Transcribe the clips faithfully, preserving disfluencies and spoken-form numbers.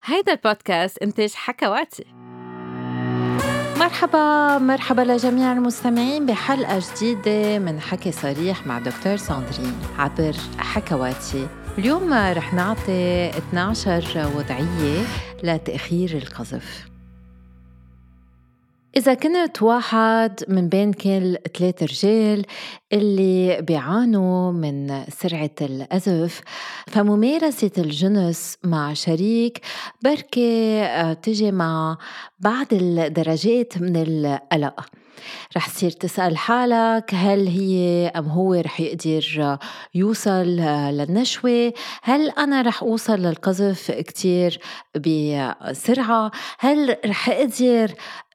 هيدا البودكاست إنتاج حكواتي. مرحبا مرحبا لجميع المستمعين بحلقة جديدة من حكي صريح مع دكتور ساندرين عبر حكواتي. اليوم رح نعطي اثنتي عشرة وضعية لتأخير القذف. إذا كنت واحد من بين كل ثلاثة رجال اللي بيعانوا من سرعة القذف، فممارسة الجنس مع شريك بركي تجي مع بعض الدرجات من القلق. رح تصير تسأل حالك هل هي أم هو رح يقدر يوصل للنشوة؟ هل أنا رح أوصل للقذف كتير بسرعة؟ هل رح أقدر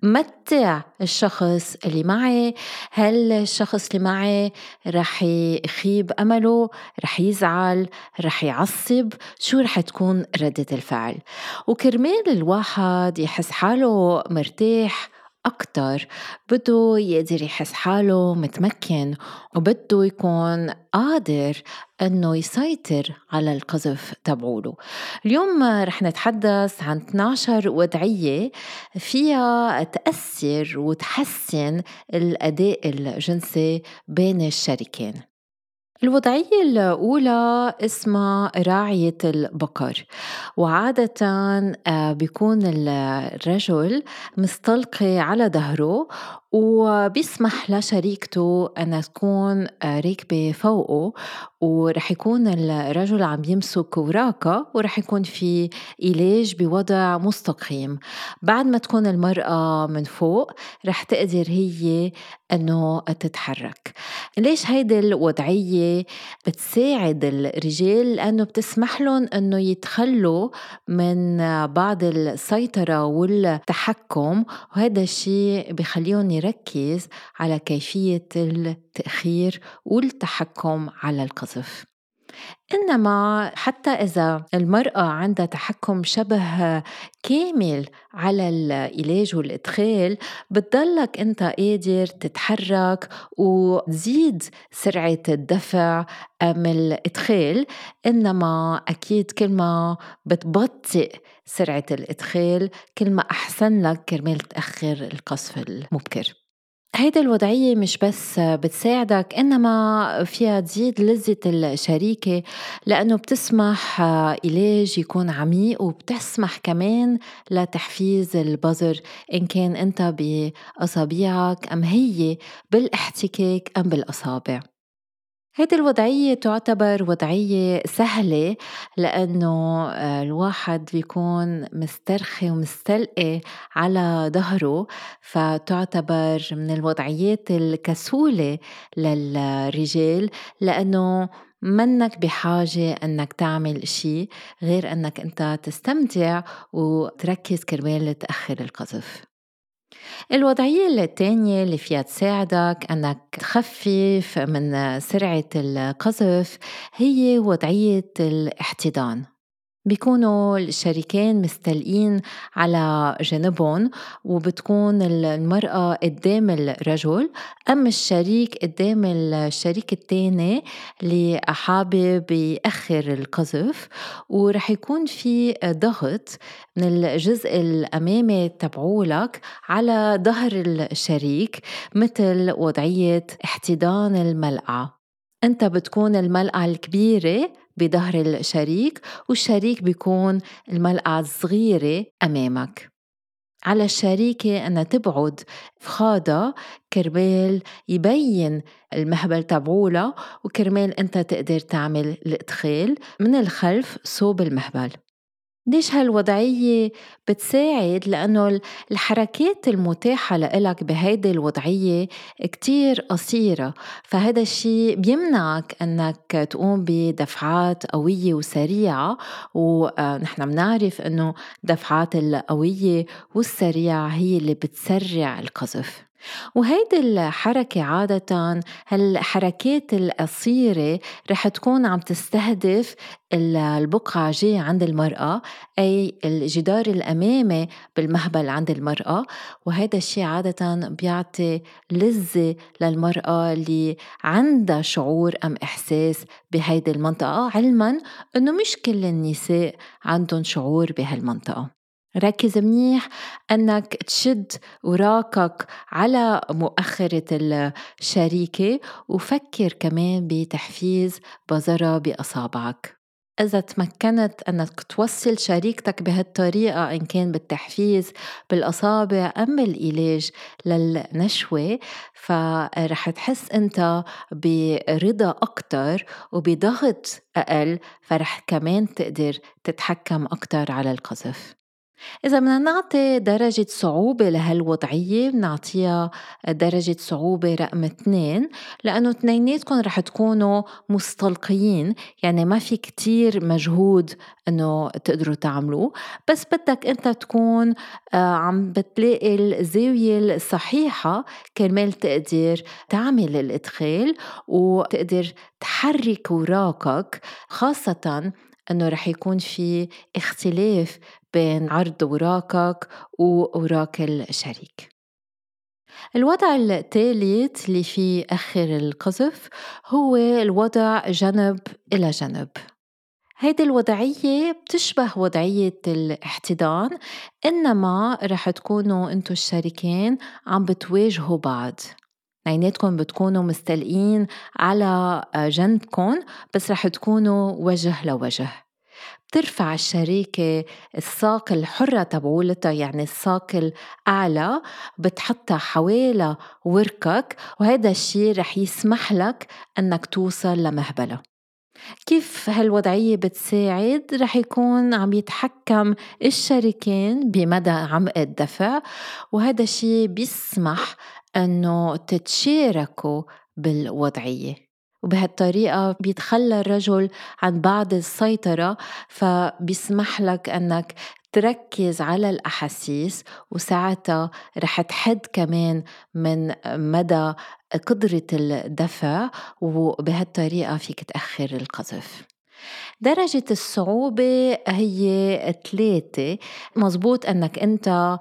متع الشخص اللي معي؟ هل الشخص اللي معي رح يخيب أمله؟ رح يزعل؟ رح يعصب؟ شو رح تكون ردة الفعل؟ وكرمال الواحد يحس حاله مرتاح أكتر، بده يقدر يحس حاله متمكن وبده يكون قادر أنه يسيطر على القذف تبعوله. اليوم رح نتحدث عن اثنتي عشرة وضعية فيها تأثر وتحسن الأداء الجنسي بين الشريكين. الوضعية الأولى اسمها راعية البقر، وعادة بيكون الرجل مستلقي على ظهره وبيسمح لشريكته أن تكون راكبة فوقه، ورح يكون الرجل عم يمسك وراكه، ورح يكون في إيلاج بوضع مستقيم. بعد ما تكون المرأة من فوق رح تقدر هي أنه تتحرك. ليش هيدي الوضعية بتساعد الرجال؟ لأنه بتسمح لهم أنه يتخلوا من بعض السيطرة والتحكم، وهذا الشيء بيخليهم يركز على كيفية التأخير والتحكم على القذف. إنما حتى إذا المرأة عندها تحكم شبه كامل على العلاج والإدخال، بتضلك أنت قادر تتحرك وتزيد سرعة الدفع من الإدخال. إنما أكيد كل ما بتبطئ سرعة الإدخال كل ما أحسن لك كرمال تأخر القذف المبكر. هيدا الوضعية مش بس بتساعدك، إنما فيها تزيد لذة الشريكة، لأنه بتسمح علاج يكون عميق، وبتسمح كمان لتحفيز البظر إن كان أنت بأصابعك أم هي بالاحتكاك أم بالأصابع. هيدي الوضعية تعتبر وضعية سهلة لأنه الواحد بيكون مسترخي ومستلقي على ظهره، فتعتبر من الوضعيات الكسولة للرجال، لأنه منك بحاجة أنك تعمل شيء غير أنك أنت تستمتع وتركز كرمال تأخر القذف. الوضعية الثانية اللي فيها تساعدك أنك تخفف من سرعة القذف هي وضعية الاحتضان. بيكونوا الشريكين مستلقين على جنبهم، وبتكون المرأة قدام الرجل أم الشريك قدام الشريك التاني اللي حابب يأخر القذف، ورح يكون في ضغط من الجزء الأمامي تبعولك على ظهر الشريك، مثل وضعية احتضان الملقعة. أنت بتكون الملقعة الكبيرة بظهر الشريك، والشريك بيكون الملقعة الصغيرة أمامك. على الشريكة أن تبعد فخادة كرمال يبين المهبل تبعولا، وكرمال أنت تقدر تعمل الإدخال من الخلف صوب المهبل. ليش هالوضعية بتساعد؟ لأنه الحركات المتاحة لإلك بهيدي الوضعية كتير قصيرة، فهذا الشيء بيمنعك أنك تقوم بدفعات قوية وسريعة، ونحن بنعرف أنه دفعات القوية والسريعة هي اللي بتسرع القذف. وهيدي الحركة عادة هالحركات القصيرة رح تكون عم تستهدف ال- البقعة جي عند المرأة، أي الجدار الأمامي بالمهبل عند المرأة. وهذا الشيء عادة بيعطي لذة للمرأة اللي عندها شعور أم إحساس بهيدي المنطقة، علما أنه مش كل النساء عندهم شعور بهالمنطقة. ركز منيح أنك تشد وراكك على مؤخرة الشريكة، وفكر كمان بتحفيز بظرة بأصابعك. إذا تمكنت أنك توصل شريكتك بهالطريقة، إن كان بالتحفيز بالأصابع أم بالإيلاج للنشوة، فرح تحس أنت برضا أكتر وبضغط أقل، فرح كمان تقدر تتحكم أكتر على القذف. إذا بدنا نعطي درجة صعوبة لهالوضعية، بنعطيها درجة صعوبة رقم اثنين، لأنه اثنيناتكم رح تكونوا مستلقيين، يعني ما في كتير مجهود أنه تقدروا تعملوه، بس بدك أنت تكون آه، عم بتلاقي الزاوية الصحيحة كرمال تقدر تعمل الإدخال وتقدر تحرك وراكك، خاصة أنه رح يكون في اختلاف بين عرض وراكك ووراك الشريك. الوضع الثالث اللي فيه أخر القذف هو الوضع جنب إلى جنب. هيدي الوضعية بتشبه وضعية الاحتضان، إنما رح تكونوا أنتو الشريكين عم بتواجهوا بعض، عيناتكم بتكونوا مستلقين على جنبكم، بس رح تكونوا وجه لوجه. بترفع الشريكة الساق الحرة تبعولتها، يعني الساق الأعلى بتحطها حوالي وركك، وهذا الشيء رح يسمح لك أنك توصل لمهبلة. كيف هالوضعية بتساعد؟ رح يكون عم يتحكم الشريكين بمدى عمق الدفع، وهذا الشيء بيسمح أنه تتشاركوا بالوضعية، وبهالطريقة بيتخلى الرجل عن بعض السيطرة، فبيسمح لك أنك تركز على الأحاسيس، وساعتها رح تحد كمان من مدى قدرة الدفع، وبهالطريقة فيك تأخر القذف. درجة الصعوبة هي ثلاثة. مزبوط أنك أنت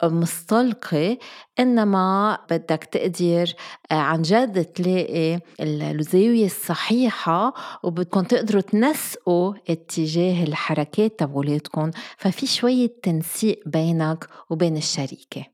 مستلقي، إنما بدك تقدر عن جد تلاقي الزاوية الصحيحة، وبدكم تقدروا تنسقوا اتجاه الحركات تبعولاتكم، ففي شوية تنسيق بينك وبين الشريكة.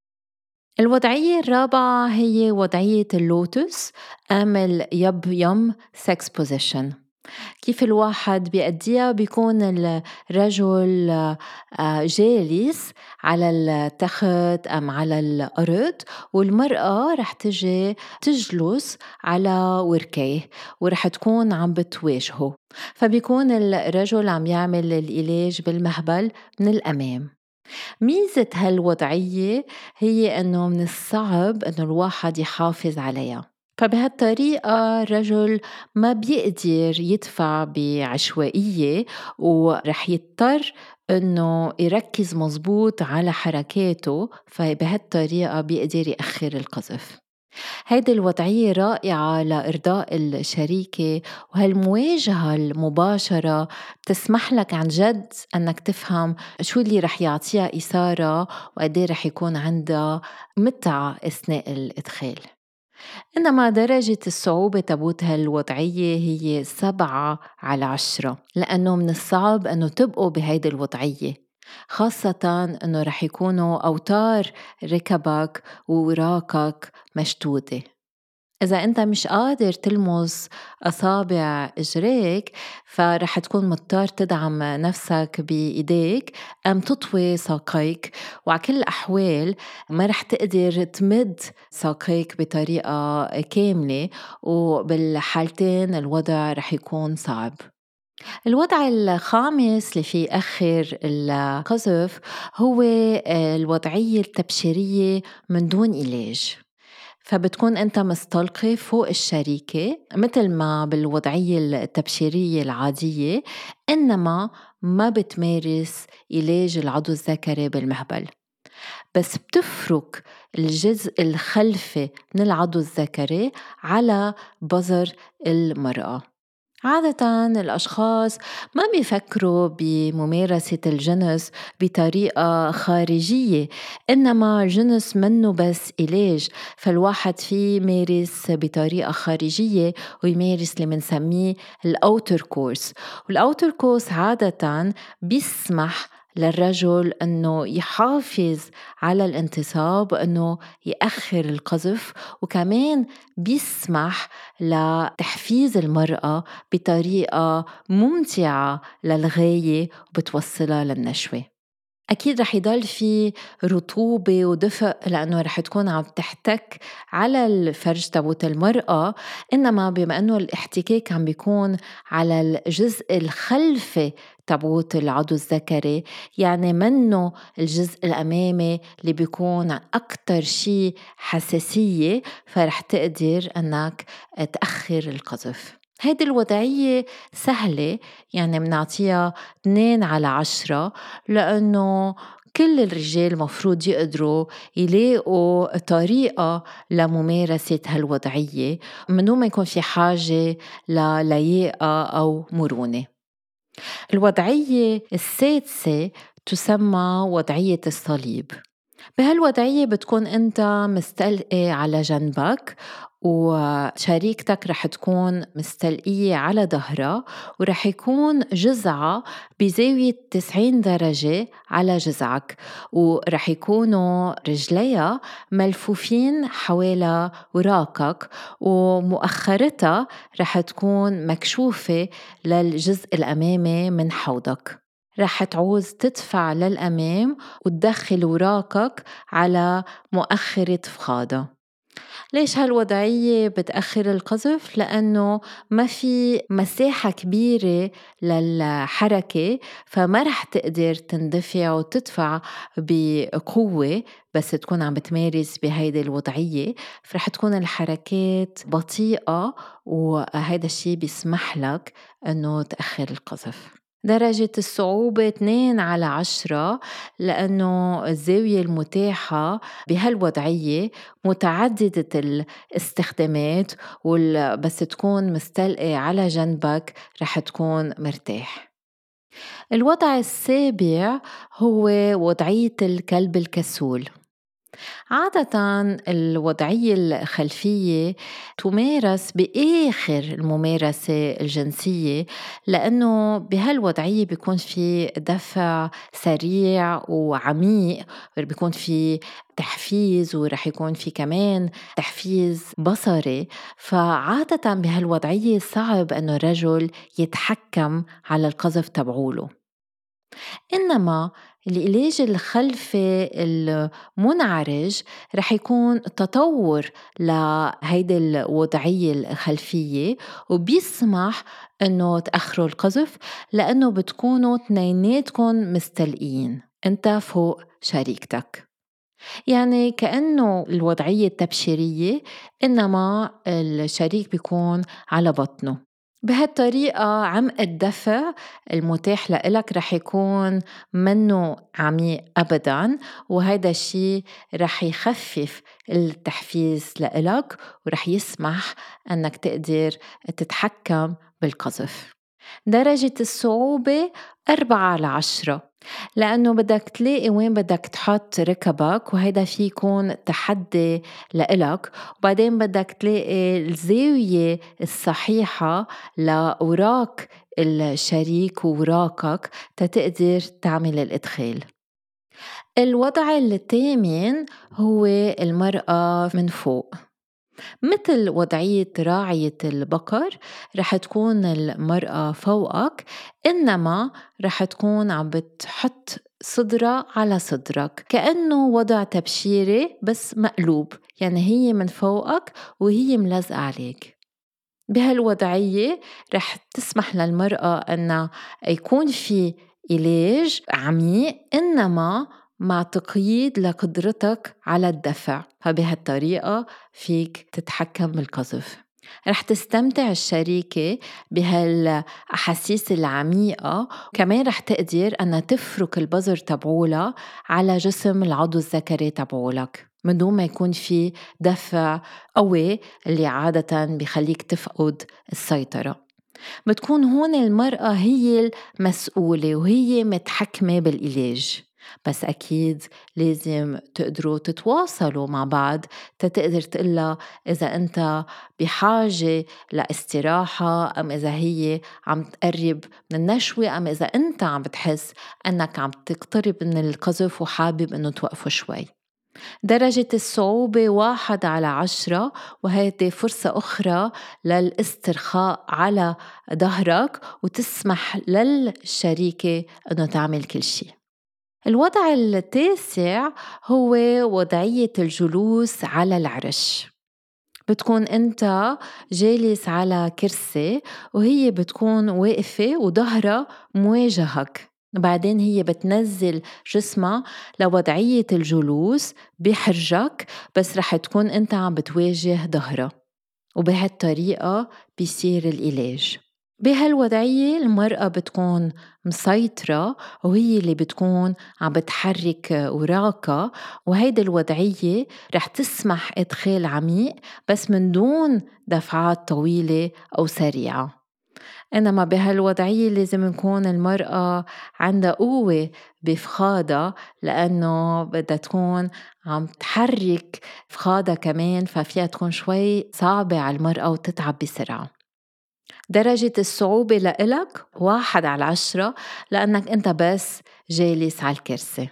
الوضعية الرابعة هي وضعية اللوتس أم اليب يم سكس بوزيشن. كيف الواحد بيأديها؟ بيكون الرجل آه، جالس على التخت أم على الأرض، والمرأة رح تجي تجلس على وركيه، ورح تكون عم بتواجهه، فبيكون الرجل عم يعمل العلاج بالمهبل من الأمام. ميزة هالوضعية هي أنه من الصعب أنه الواحد يحافظ عليها، فبهالطريقة الرجل ما بيقدر يدفع بعشوائية، ورح يضطر أنه يركز مزبوط على حركاته، فبهالطريقة بيقدر يأخر القذف. هيدي الوضعية رائعة لإرضاء الشريكة، وهالمواجهة المباشرة بتسمح لك عن جد أنك تفهم شو اللي رح يعطيها إثارة، وقديه رح يكون عندها متعة أثناء الإدخال. إنما درجة الصعوبة تبوت هالوضعية هي سبعة على عشرة، لأنه من الصعب أنه تبقوا بهيدي الوضعية، خاصة أنه رح يكونوا أوتار ركبك ووراكك مشدودة. إذا أنت مش قادر تلمس أصابع إجريك، فرح تكون مضطر تدعم نفسك بإيديك أم تطوي ساقيك، وعلى كل الأحوال ما رح تقدر تمد ساقيك بطريقة كاملة، وبالحالتين الوضع رح يكون صعب. الوضع الخامس اللي في آخر القذف هو الوضعية التبشيرية من دون علاج. فبتكون أنت مستلقي فوق الشريكة مثل ما بالوضعية التبشيرية العادية، إنما ما بتمارس علاج العضو الذكري بالمهبل. بس بتفرك الجزء الخلفي من العضو الذكري على بظر المرأة. عادة الأشخاص ما بيفكروا بممارسة الجنس بطريقة خارجية، إنما الجنس منه بس علاج، فالواحد فيه يمارس بطريقة خارجية ويمارس اللي منسميه الأوتر كورس. والأوتر كورس عادة بيسمح للرجل أنه يحافظ على الانتصاب وأنه يأخر القذف، وكمان بيسمح لتحفيز المرأة بطريقة ممتعة للغاية وبتوصلها للنشوة. أكيد رح يضل في رطوبة ودفء لأنه رح تكون عم تحتك على الفرج تبوت المرأة، إنما بما أنه الاحتكاك عم بيكون على الجزء الخلفي تبوت العضو الذكري، يعني منه الجزء الأمامي اللي بيكون أكتر شي حساسية، فرح تقدر أنك تأخر القذف. هيدي الوضعية سهلة، يعني منعطيها اثنين على عشرة، لأنه كل الرجال مفروض يقدروا يلاقوا طريقة لممارسة هالوضعية من دون ما يكون في حاجة للياقة أو مرونة. الوضعية السادسة تسمى وضعية الصليب. بهالوضعية بتكون أنت مستلقي على جنبك وشريكتك رح تكون مستلقية على ظهرها، ورح يكون جزعة بزاوية تسعين درجة على جزعك، ورح يكونوا رجليها ملفوفين حوالي وراكك، ومؤخرتها رح تكون مكشوفة للجزء الأمامي من حوضك. رح تعوز تدفع للأمام وتدخل وراكك على مؤخرة فخادة. ليش هالوضعية بتأخر القذف؟ لأنه ما في مساحة كبيرة للحركة، فما رح تقدر تندفع وتدفع بقوة بس تكون عم بتمارس بهيدي الوضعية، فرح تكون الحركات بطيئة، وهذا الشيء بيسمح لك أنه تأخر القذف. درجة الصعوبة اثنين على عشرة، لأنه الزاوية المتاحة بهالوضعية متعددة الاستخدامات، بس تكون مستلقي على جنبك رح تكون مرتاح. الوضع السابع هو وضعية الكلب الكسول. عادة الوضعية الخلفية تمارس بآخر الممارسة الجنسية، لأنه بهالوضعية بيكون في دفع سريع وعميق، بيكون في تحفيز، ورح يكون في كمان تحفيز بصري، فعادة بهالوضعية صعب أنه الرجل يتحكم على القذف تبعوله. إنما العلاج الخلفي المنعرج رح يكون تطور لهيدي الوضعية الخلفية، وبيسمح إنه تأخروا القذف لأنه بتكونوا تنيناتكم مستلقين أنت فوق شريكتك، يعني كأنه الوضعية التبشيرية، إنما الشريك بيكون على بطنه. بهالطريقة عمق الدفع المتاح لإلك رح يكون منه عميق أبداً، وهذا الشيء رح يخفف التحفيز لإلك ورح يسمح أنك تقدر تتحكم بالقذف. درجة الصعوبة أربعة على عشرة، لأنه بدك تلاقي وين بدك تحط ركبك، وهيدا في يكون تحدي لإلك، وبعدين بدك تلاقي الزاوية الصحيحة لوراك الشريك ووراكك تتقدر تعمل الإدخال. الوضع الثامن هو المرأة من فوق. مثل وضعية راعية البقر رح تكون المرأة فوقك، إنما رح تكون عم بتحط صدرها على صدرك كأنه وضع تبشيري بس مقلوب، يعني هي من فوقك وهي ملزقة عليك. بهالوضعية رح تسمح للمرأة أن يكون في علاج عميق، إنما مع تقييد لقدرتك على الدفع، فبهالطريقة فيك تتحكم بالقذف. رح تستمتع الشريكة بهالأحاسيس العميقة، كمان رح تقدر أنها تفرك البظر تبعولها على جسم العضو الذكري تبعولك من دون ما يكون في دفع قوي اللي عادة بيخليك تفقد السيطرة. بتكون هون المرأة هي المسؤولة وهي متحكمة بالعلاج، بس أكيد لازم تقدروا تتواصلوا مع بعض تتقدر تقلها إذا أنت بحاجة لاستراحة أم إذا هي عم تقرب من النشوة أم إذا أنت عم بتحس أنك عم تقترب من القذف وحابب أنه توقفوا شوي. درجة الصعوبة واحد على عشرة، وهذه فرصة أخرى للاسترخاء على ظهرك وتسمح للشريكة أنه تعمل كل شيء. الوضع التاسع هو وضعية الجلوس على العرش. بتكون أنت جالس على كرسي وهي بتكون واقفة وظهرها مواجهك، بعدين هي بتنزل جسمها لوضعية الجلوس بحرجك، بس رح تكون أنت عم بتواجه ظهرها، وبهالطريقة بيصير العلاج. بهالوضعية المرأة بتكون مسيطرة وهي اللي بتكون عم بتحرك وراكها، وهيدا الوضعية رح تسمح إدخال عميق بس من دون دفعات طويلة أو سريعة. إنما بهالوضعية لازم نكون المرأة عندها قوة بفخادها، لأنه بدها تكون عم تحرك فخادها كمان، ففيها تكون شوي صعبة على المرأة وتتعب بسرعة. درجة الصعوبة لإلك واحد على عشرة لأنك أنت بس جالس على الكرسي.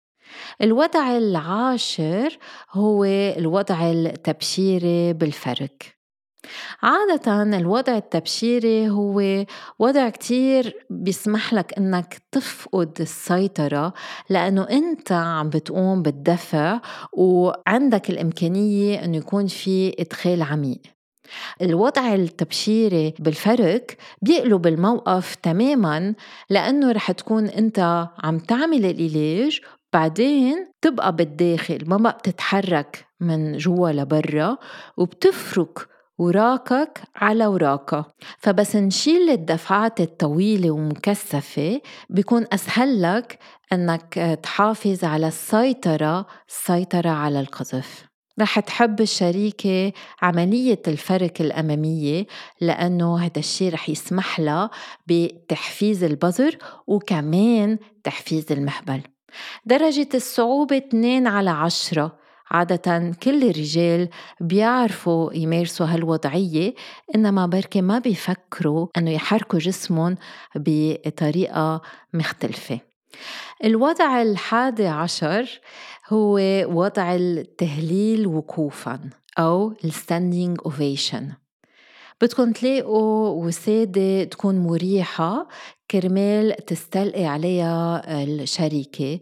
الوضع العاشر هو الوضع التبشيري بالفرك. عادة الوضع التبشيري هو وضع كتير بيسمح لك إنك تفقد السيطرة، لأنه أنت عم بتقوم بالدفع وعندك الإمكانية إنه يكون في إدخال عميق. الوضع التبشيري بالفرك بيقلب الموقف تماماً، لأنه رح تكون أنت عم تعمل العلاج بعدين تبقى بالداخل، ما بقى بتتحرك من جوا لبرا وبتفرك وراكك على وراكا. فبس نشيل الدفعات الطويلة ومكثفة بيكون أسهل لك أنك تحافظ على السيطرة السيطرة على القذف. رح تحب الشريكة عملية الفرك الأمامية، لأنه هذا الشيء رح يسمح لها بتحفيز البظر وكمان تحفيز المهبل. درجة الصعوبة اثنين على عشرة. عادة كل الرجال بيعرفوا يمارسوا هالوضعية، إنما بركة ما بيفكروا أنه يحركوا جسمهم بطريقة مختلفة. الوضع الحادي عشر هو وضع التهليل وقوفاً أو الستاندينج أوفيشن. بدكم تلاقوا وسادة تكون مريحة كرمال تستلقي عليها الشريكة،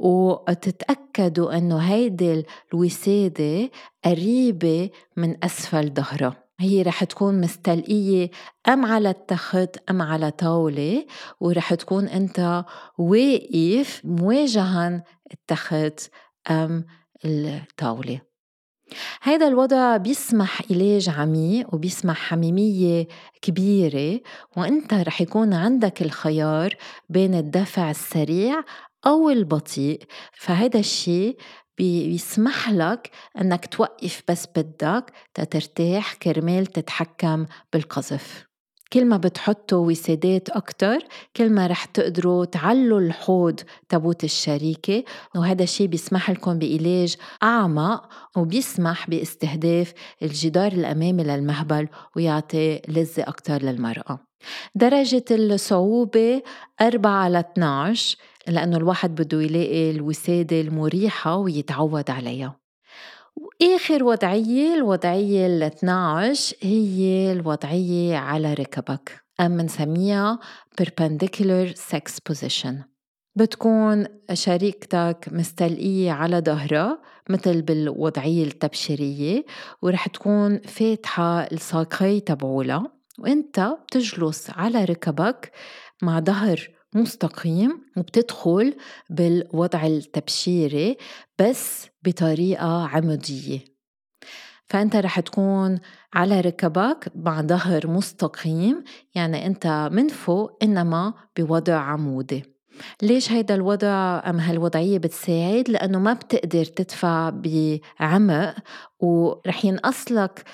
وتتأكدوا أنه هيدي الوسادة قريبة من أسفل ظهرها. هي رح تكون مستلقية أم على التخت أم على طاولة، ورح تكون أنت واقف مواجها التخت أم الطاولة. هيدا الوضع بيسمح علاج عميق وبيسمح حميمية كبيرة، وانت رح يكون عندك الخيار بين الدفع السريع أو البطيء. فهيدا الشيء بيسمح لك أنك توقف بس بدك تترتاح كرمال تتحكم بالقذف. كل ما بتحطوا وسادات أكتر كل ما رح تقدروا تعلوا الحوض تبوت الشريكة، وهذا الشيء بيسمح لكم بعلاج أعمق وبيسمح باستهداف الجدار الأمامي للمهبل ويعطي لذة أكتر للمرأة. درجة الصعوبة أربعة على اثناعش، لأنه الواحد بده يلاقي الوسادة المريحة ويتعود عليها. وآخر وضعية الوضعية الاثناعش هي الوضعية على ركبك، أم منسميها perpendicular sex position. بتكون شريكتك مستلقية على ظهرها مثل بالوضعية التبشيرية، ورح تكون فاتحة الساقي تبعولها، وانت بتجلس على ركبك مع ظهر مستقيم وبتدخل بالوضع التبشيري بس بطريقة عمودية. فأنت رح تكون على ركبك مع ظهر مستقيم، يعني أنت من فوق إنما بوضع عمودي. ليش هيدا الوضع أم هالوضعية بتساعد؟ لأنه ما بتقدر تدفع بعمق ورح ينقصلك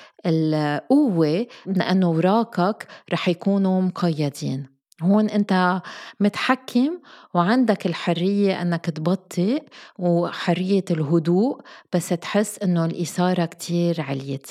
القوة لأنه وراكك رح يكونوا مقيدين. هون أنت متحكم وعندك الحرية أنك تبطئ وحرية الهدوء بس تحس أنه الإثارة كتير عليت.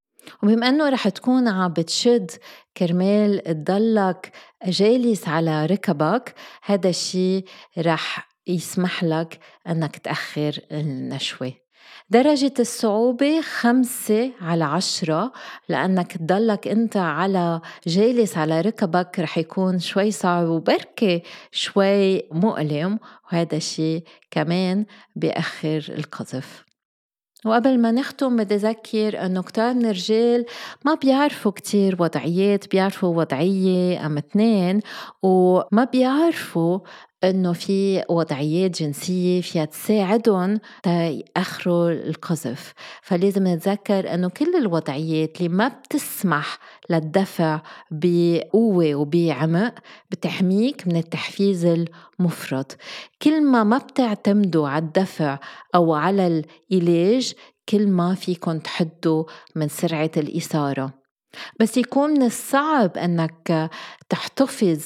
وبما أنه رح تكون عم بتشد كرمال تضلك جالس على ركبك، هذا الشيء رح يسمح لك أنك تأخر النشوة. درجة الصعوبة خمسة على عشرة، لأنك تضلك أنت على جالس على ركبك رح يكون شوي صعب وبركة شوي مؤلم، وهذا الشيء كمان بيأخر القذف. وقبل ما نختم بدي أذكر أنه كتار من الرجال ما بيعرفوا كتير وضعيات، بيعرفوا وضعية أم اتنين وما بيعرفوا أنه في وضعيات جنسية فيها تساعدهم تأخروا القذف. فلازم نتذكر أنه كل الوضعيات اللي ما بتسمح للدفع بقوة وبعمق بتحميك من التحفيز المفرط. كل ما ما بتعتمدوا على الدفع أو على العلاج كل ما فيكن تحدوا من سرعة الإثارة. بس يكون من الصعب أنك تحتفظ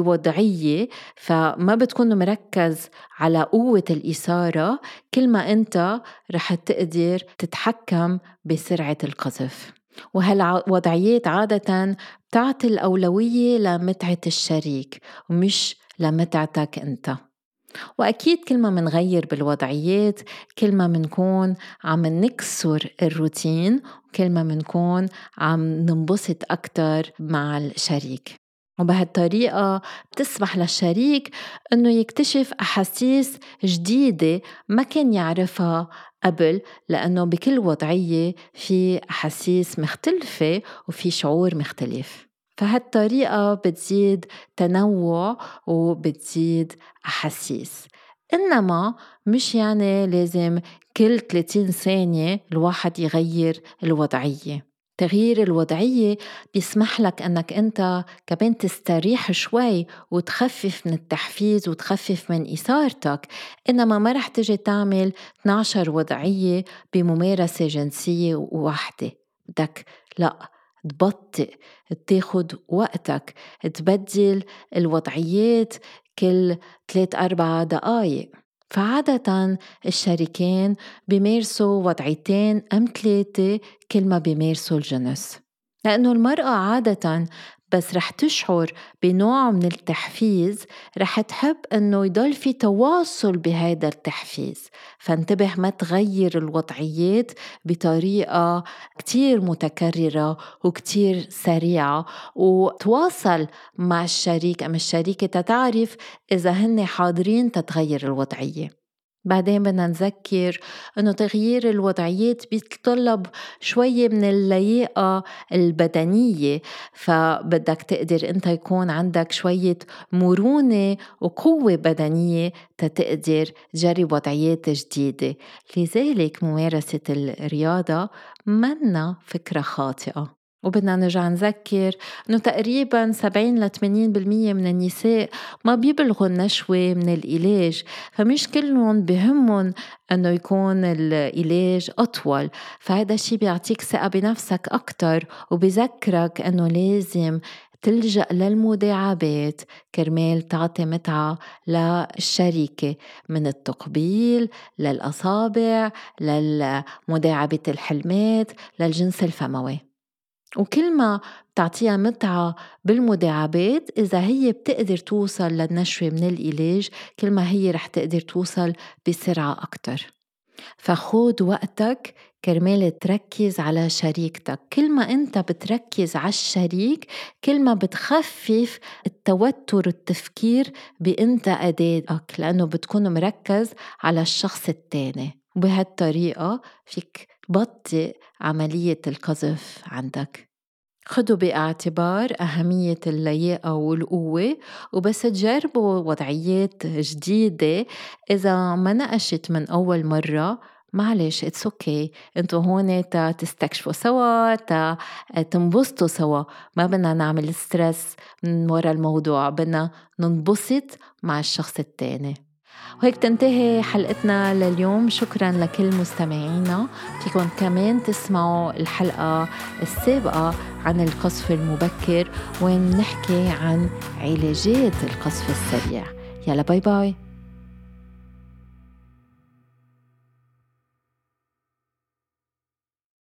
بوضعية فما بتكون مركز على قوة الإثارة، كل ما أنت رح تقدر تتحكم بسرعة القذف. وهالوضعيات عادة بتعطي الأولوية لمتعة الشريك ومش لمتعتك أنت. وأكيد كل ما منغير بالوضعيات كل ما منكون عم نكسر الروتين وكل ما منكون عم ننبسط أكتر مع الشريك. وبهالطريقة بتسمح للشريك أنه يكتشف أحاسيس جديدة ما كان يعرفها قبل، لأنه بكل وضعية في أحاسيس مختلفة وفي شعور مختلف. فهالطريقة بتزيد تنوع وبتزيد أحاسيس. إنما مش يعني لازم كل ثلاثين ثانية الواحد يغير الوضعية. تغيير الوضعية بيسمح لك أنك أنت كمان تستريح شوي وتخفف من التحفيز وتخفف من إثارتك، إنما ما رح تجي تعمل اثنتي عشرة وضعية بممارسة جنسية واحدة. بدك لا تبطئ، تاخد وقتك، تبدل الوضعيات كل ثلاث أربع دقايق. فعادة الشريكين بيمارسوا وضعيتين أم ثلاثة كل ما بيمارسوا الجنس، لأنه المرأة عادة بس رح تشعر بنوع من التحفيز رح تحب أنه يضل في تواصل بهذا التحفيز. فانتبه ما تغير الوضعيات بطريقة كتير متكررة وكتير سريعة، وتواصل مع الشريك أم الشريكة تتعرف إذا هن حاضرين تتغير الوضعية. بعدين بدنا نذكر أنه تغيير الوضعيات بيتطلب شوية من اللياقة البدنية، فبدك تقدر أنت يكون عندك شوية مرونة وقوة بدنية تتقدر تجرب وضعيات جديدة. لذلك ممارسة الرياضة منا فكرة خاطئة. وبدنا نرجع نذكر أنه تقريباً سبعين لثمانين بالمية من النساء ما بيبلغوا النشوة من العلاج، فمش كلهم بهمهم أنه يكون العلاج أطول. فهذا الشيء بيعطيك ثقة بنفسك أكتر وبيذكرك أنه لازم تلجأ للمداعبات كرمال تعطي متعة للشريكة، من التقبيل للأصابع للمداعبة الحلمات للجنس الفموي. وكل ما بتعطيها متعة بالمداعبات إذا هي بتقدر توصل للنشوة من العلاج كل ما هي رح تقدر توصل بسرعة أكتر. فخود وقتك كرمال تركز على شريكتك. كل ما أنت بتركز على الشريك كل ما بتخفف التوتر التفكير بأنت أدائك، لأنه بتكون مركز على الشخص التاني. وبهالطريقة فيك بطئ عملية القذف عندك. خدوا باعتبار أهمية اللياقة والقوة، وبس تجربوا وضعيات جديدة إذا ما نقشت من أول مرة معلش اتس اوكي، انتوا هون تا تستكشفوا سوا، تا تنبسطوا سوا. ما بدنا نعمل ستريس من ورا الموضوع، بدنا ننبسط مع الشخص التاني. وهيك تنتهي حلقتنا لليوم. شكرا لكل مستمعينا. فيكم كمان تسمعوا الحلقة السابقة عن القذف المبكر، وين نحكي عن علاجات القذف السريع. يلا باي باي.